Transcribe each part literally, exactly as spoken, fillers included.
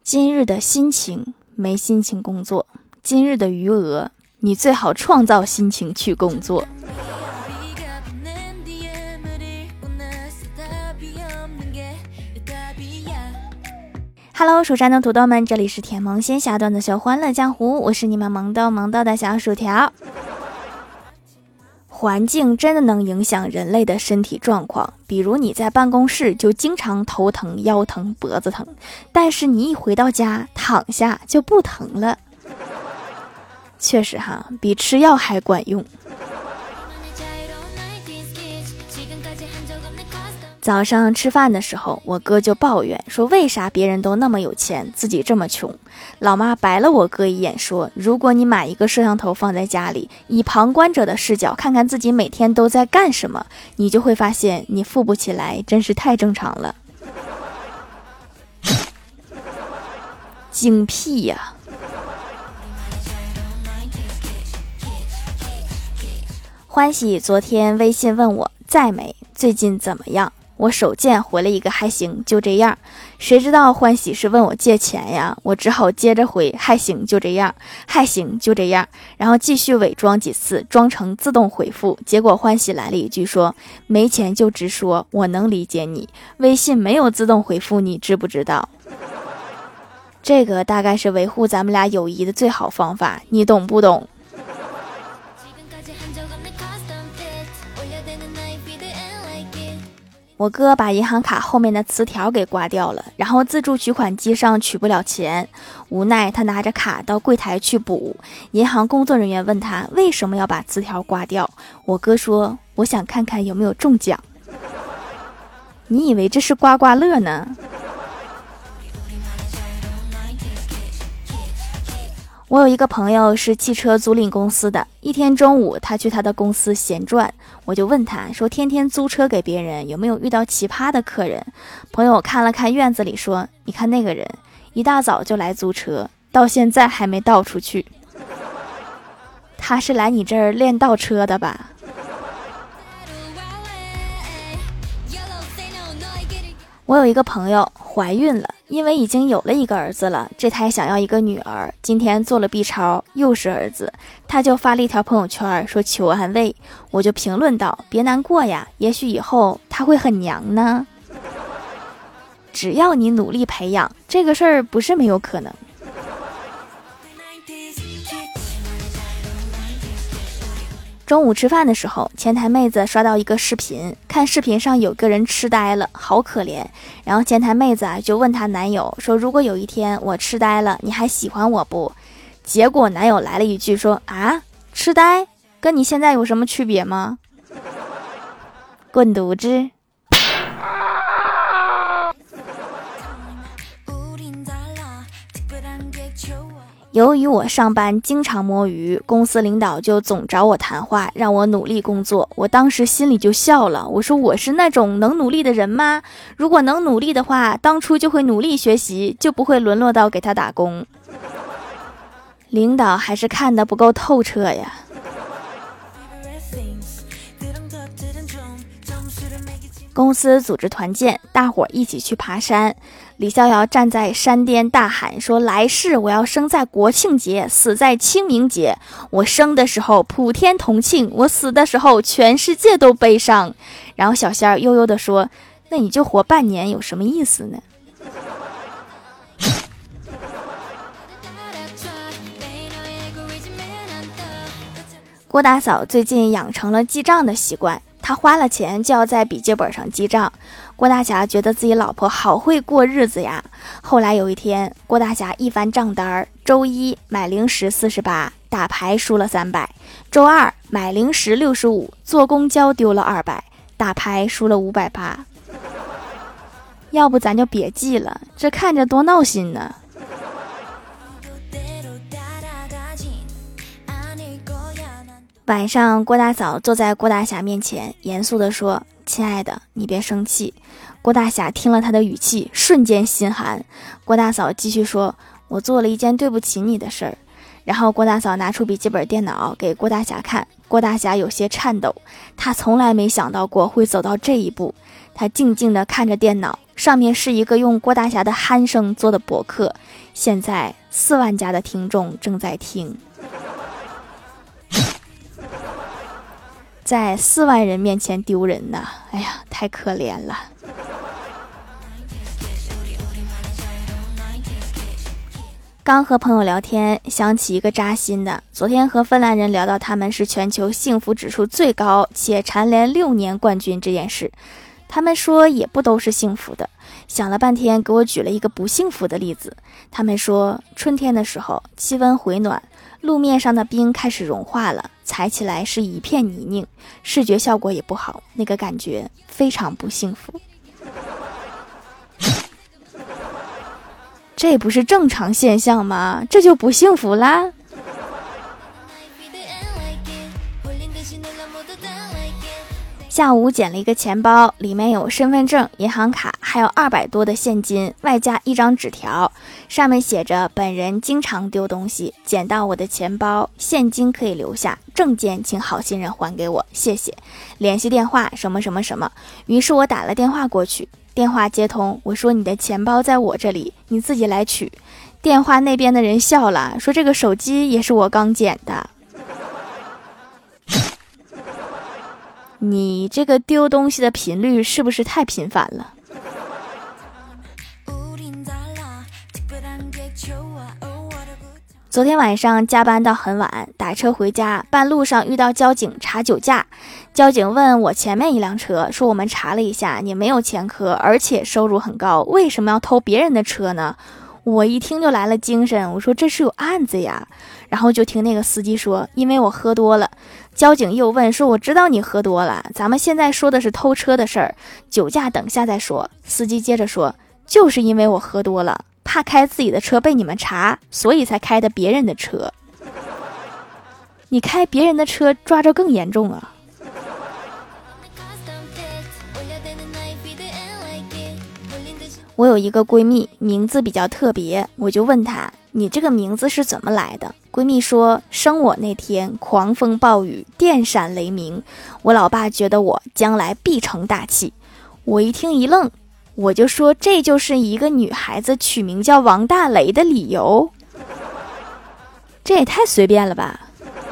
今日的心情没心情工作，今日的余额你最好创造心情去工作。Hello， 蜀山的土豆们，这里是甜萌仙侠段的小欢乐江湖，我是你们萌豆萌豆的小薯条。环境真的能影响人类的身体状况，比如你在办公室就经常头疼、腰疼、脖子疼，但是你一回到家躺下就不疼了。确实哈，比吃药还管用。早上吃饭的时候，我哥就抱怨说，为啥别人都那么有钱，自己这么穷。老妈白了我哥一眼说，如果你买一个摄像头放在家里，以旁观者的视角看看自己每天都在干什么，你就会发现你富不起来真是太正常了。精辟呀！欢喜昨天微信问我在美最近怎么样，我手贱回了一个还行就这样，谁知道欢喜是问我借钱呀，我只好接着回还行就这样，还行就这样，然后继续伪装几次，装成自动回复，结果欢喜来了一句说，没钱就直说，我能理解你，微信没有自动回复你知不知道？这个大概是维护咱们俩友谊的最好方法，你懂不懂？我哥把银行卡后面的磁条给刮掉了，然后自助取款机上取不了钱，无奈他拿着卡到柜台去补。银行工作人员问他为什么要把磁条刮掉，我哥说，我想看看有没有中奖。你以为这是刮刮乐呢？我有一个朋友是汽车租赁公司的，一天中午他去他的公司闲转，我就问他说，天天租车给别人有没有遇到奇葩的客人？朋友看了看院子里说，你看那个人一大早就来租车，到现在还没倒出去，他是来你这儿练倒车的吧？我有一个朋友怀孕了，因为已经有了一个儿子了，这胎想要一个女儿，今天做了 B 超，又是儿子，他就发了一条朋友圈说求安慰，我就评论道，别难过呀，也许以后他会很娘呢。只要你努力培养，这个事儿不是没有可能。中午吃饭的时候，前台妹子刷到一个视频，看视频上有个人痴呆了，好可怜。然后前台妹子啊就问她男友说，如果有一天我痴呆了，你还喜欢我不？结果男友来了一句说，啊，痴呆跟你现在有什么区别吗？滚犊子！由于我上班经常摸鱼，公司领导就总找我谈话，让我努力工作。我当时心里就笑了，我说我是那种能努力的人吗？如果能努力的话，当初就会努力学习，就不会沦落到给他打工。领导还是看得不够透彻呀。公司组织团建，大伙一起去爬山。李逍遥站在山巅大喊说，来世我要生在国庆节，死在清明节。我生的时候普天同庆，我死的时候全世界都悲伤。然后小仙儿悠悠地说，那你就活半年有什么意思呢？郭大嫂最近养成了记账的习惯，她花了钱就要在笔记本上记账。郭大侠觉得自己老婆好会过日子呀。后来有一天，郭大侠一翻账单，周一买零食四十八，打牌输了三百；周二买零食六十五，坐公交丢了二百，打牌输了五百八。要不咱就别记了，这看着多闹心呢。晚上，郭大嫂坐在郭大侠面前，严肃地说，亲爱的，你别生气。郭大侠听了他的语气，瞬间心寒。郭大嫂继续说，我做了一件对不起你的事儿。然后郭大嫂拿出笔记本电脑给郭大侠看，郭大侠有些颤抖，他从来没想到过会走到这一步。 他静静地看着电脑，上面是一个用郭大侠的鼾声做的博客，现在四万加的听众正在听。在四万人面前丢人呐，哎呀，太可怜了。刚和朋友聊天，想起一个扎心的。昨天和芬兰人聊到他们是全球幸福指数最高且蝉联六年冠军这件事，他们说也不都是幸福的，想了半天给我举了一个不幸福的例子。他们说春天的时候气温回暖，路面上的冰开始融化了，踩起来是一片泥泞，视觉效果也不好，那个感觉非常不幸福。这不是正常现象吗？这就不幸福啦。下午捡了一个钱包，里面有身份证、银行卡，还有二百多的现金，外加一张纸条，上面写着本人经常丢东西，捡到我的钱包，现金可以留下，证件请好心人还给我，谢谢，联系电话什么什么什么。于是我打了电话过去，电话接通，我说你的钱包在我这里，你自己来取。电话那边的人笑了，说这个手机也是我刚捡的。你这个丢东西的频率是不是太频繁了？昨天晚上加班到很晚，打车回家，半路上遇到交警查酒驾。交警问我前面一辆车，说我们查了一下，你没有前科，而且收入很高，为什么要偷别人的车呢？我一听就来了精神，我说这是有案子呀。然后就听那个司机说，因为我喝多了。交警又问说，我知道你喝多了，咱们现在说的是偷车的事儿，酒驾等下再说。司机接着说，就是因为我喝多了，怕开自己的车被你们查，所以才开的别人的车。你开别人的车抓着更严重啊。我有一个闺蜜，名字比较特别，我就问她，你这个名字是怎么来的？闺蜜说，生我那天狂风暴雨，电闪雷鸣，我老爸觉得我将来必成大器。我一听一愣，我就说，这就是一个女孩子取名叫王大雷的理由？这也太随便了吧。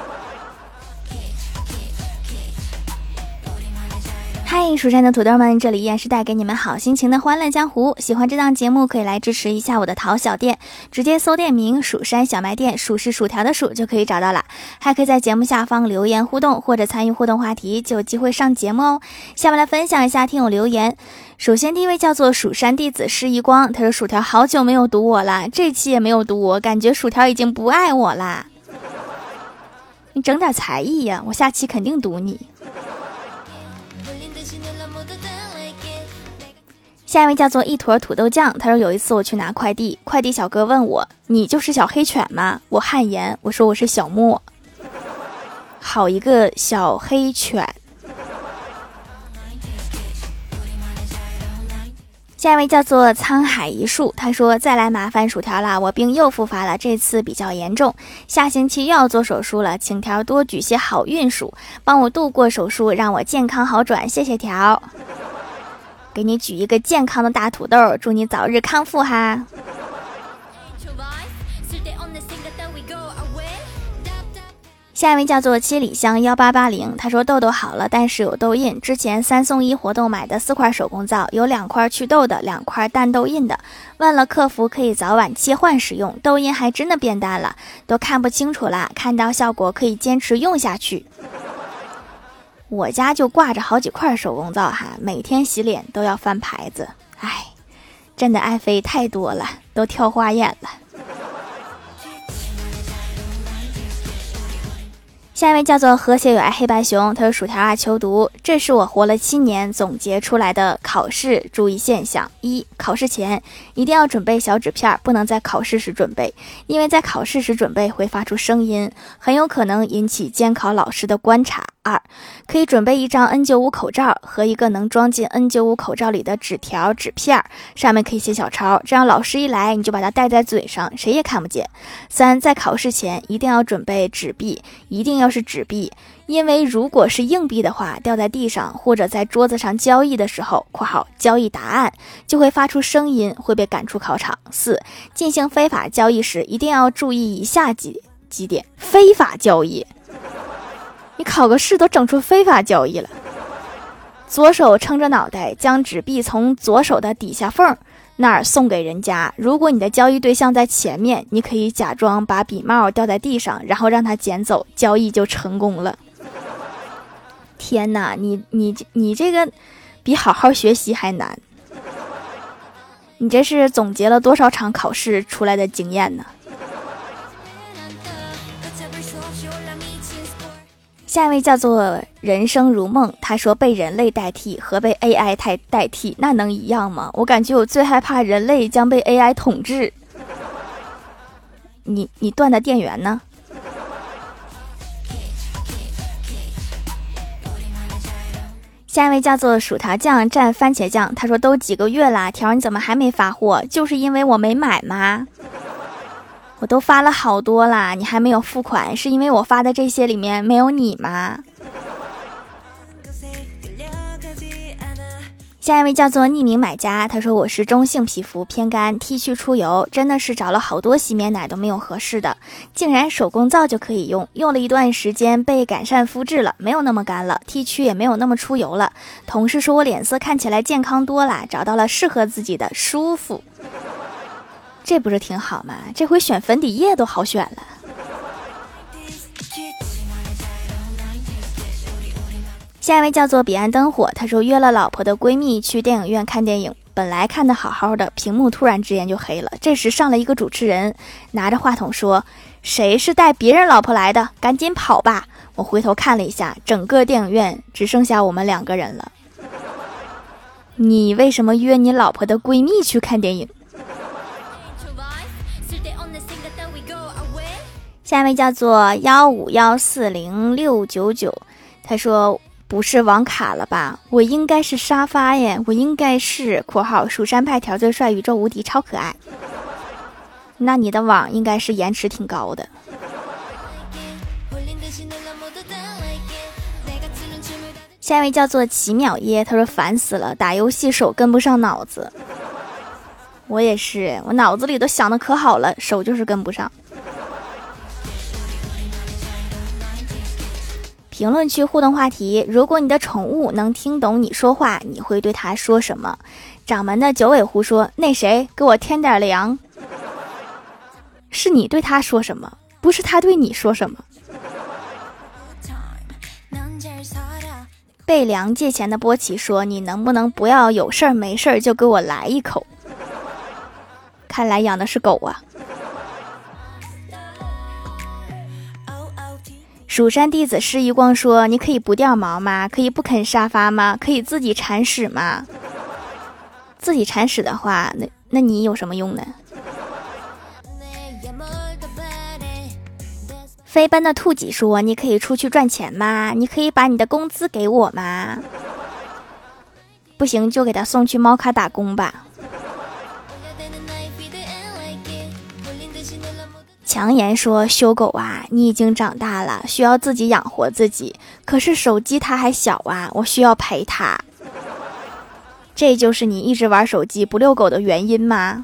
嗨，蜀山的土豆们，这里依然是带给你们好心情的欢乐江湖。喜欢这档节目可以来支持一下我的淘小店，直接搜店名蜀山小卖店，蜀是薯条的蜀就可以找到了。还可以在节目下方留言互动，或者参与互动话题，就有机会上节目哦。下面来分享一下听友留言。首先第一位叫做蜀山弟子施一光，他说薯条好久没有读我了，这期也没有读我，感觉薯条已经不爱我啦。你整点才艺呀，我下期肯定读你。下一位叫做一坨土豆酱，他说有一次我去拿快递，快递小哥问我，你就是小黑犬吗？我汗颜，我说我是小莫。好一个小黑犬。下一位叫做沧海一粟，他说再来麻烦薯条啦，我病又复发了，这次比较严重，下星期又要做手术了，请条多举些好运数，帮我度过手术，让我健康好转，谢谢条。给你举一个健康的大土豆，祝你早日康复哈。下一位叫做七里香一八八零，他说痘痘好了，但是有痘印，之前三送一活动买的四块手工皂，有两块祛痘的，两块淡痘印的，问了客服可以早晚切换使用，痘印还真的变淡了，都看不清楚了，看到效果可以坚持用下去。我家就挂着好几块手工皂哈，每天洗脸都要翻牌子，哎，真的爱妃太多了，都跳花眼了。下一位叫做和谐有爱黑白熊，他说薯条啊求读，这是我活了七年总结出来的考试注意现象。一、考试前一定要准备小纸片，不能在考试时准备，因为在考试时准备会发出声音，很有可能引起监考老师的观察。 二，可以准备一张 N 九十五 口罩和一个能装进 N 九十五 口罩里的纸条纸片，上面可以写小抄，这样老师一来你就把它戴在嘴上，谁也看不见。三，在考试前一定要准备纸币，一定要是纸币，因为如果是硬币的话，掉在地上或者在桌子上交易的时候（括号交易答案）就会发出声音，会被赶出考场。四，进行非法交易时一定要注意以下几几点。非法交易，你考个试都整出非法交易了。左手撑着脑袋，将纸币从左手的底下缝那儿送给人家。如果你的交易对象在前面，你可以假装把笔帽掉在地上，然后让他捡走，交易就成功了。天哪，你你你这个比好好学习还难。你这是总结了多少场考试出来的经验呢？下一位叫做人生如梦，他说被人类代替和被 A I 代代替那能一样吗？我感觉我最害怕人类将被 A I 统治。你你断的电源呢？下一位叫做薯条酱蘸番茄酱，他说都几个月啦，条你怎么还没发货？就是因为我没买吗？我都发了好多啦，你还没有付款，是因为我发的这些里面没有你吗？下一位叫做匿名买家，他说我是中性皮肤偏干 T 区出油，真的是找了好多洗面奶都没有合适的，竟然手工皂就可以用，用了一段时间被改善肤质了，没有那么干了， T 区也没有那么出油了。同事说我脸色看起来健康多了，找到了适合自己的舒服，这不是挺好吗？这回选粉底液都好选了。下一位叫做彼岸灯火，他说约了老婆的闺蜜去电影院看电影，本来看得好好的，屏幕突然之间就黑了。这时上了一个主持人，拿着话筒说：“谁是带别人老婆来的？赶紧跑吧！”我回头看了一下，整个电影院只剩下我们两个人了。你为什么约你老婆的闺蜜去看电影？下一位叫做幺五幺四零六九九，他说不是网卡了吧？我应该是沙发耶，我应该是括号蜀山派条最帅，宇宙无敌超可爱。那你的网应该是延迟挺高的。下一位叫做奇妙耶，他说烦死了，打游戏手跟不上脑子。我也是，我脑子里都想的可好了，手就是跟不上。评论区互动话题：如果你的宠物能听懂你说话，你会对它说什么？掌门的九尾狐说：那谁给我添点粮。是你对他说什么，不是他对你说什么。被梁借钱的波奇说：你能不能不要有事儿没事儿就给我来一口？看来养的是狗啊。蜀山弟子施一光说：你可以不掉毛吗？可以不啃沙发吗？可以自己铲屎吗？自己铲屎的话，那那你有什么用呢？飞奔的兔几说：你可以出去赚钱吗？你可以把你的工资给我吗？不行就给他送去猫咖打工吧。强言说：修狗啊，你已经长大了，需要自己养活自己，可是手机它还小啊，我需要陪它。这就是你一直玩手机不遛狗的原因吗？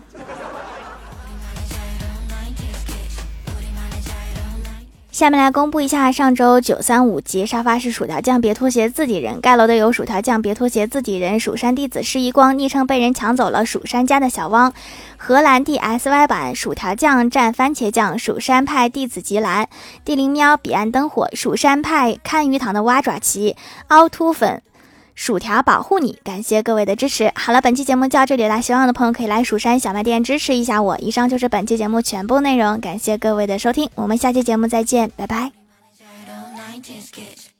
下面来公布一下上周九三五级沙发是薯条酱别拖鞋自己人，盖楼的有薯条酱别拖鞋自己人，蜀山弟子施一光，昵称被人抢走了蜀山家的小汪，荷兰弟 S Y 版薯条酱蘸番茄酱，蜀山派弟子吉兰，地灵喵彼岸灯火，蜀山派看鱼塘的蛙爪旗，凹凸粉薯条保护你，感谢各位的支持。好了，本期节目就到这里了，希望的朋友可以来蜀山小卖店支持一下我。以上就是本期节目全部内容，感谢各位的收听，我们下期节目再见，拜拜。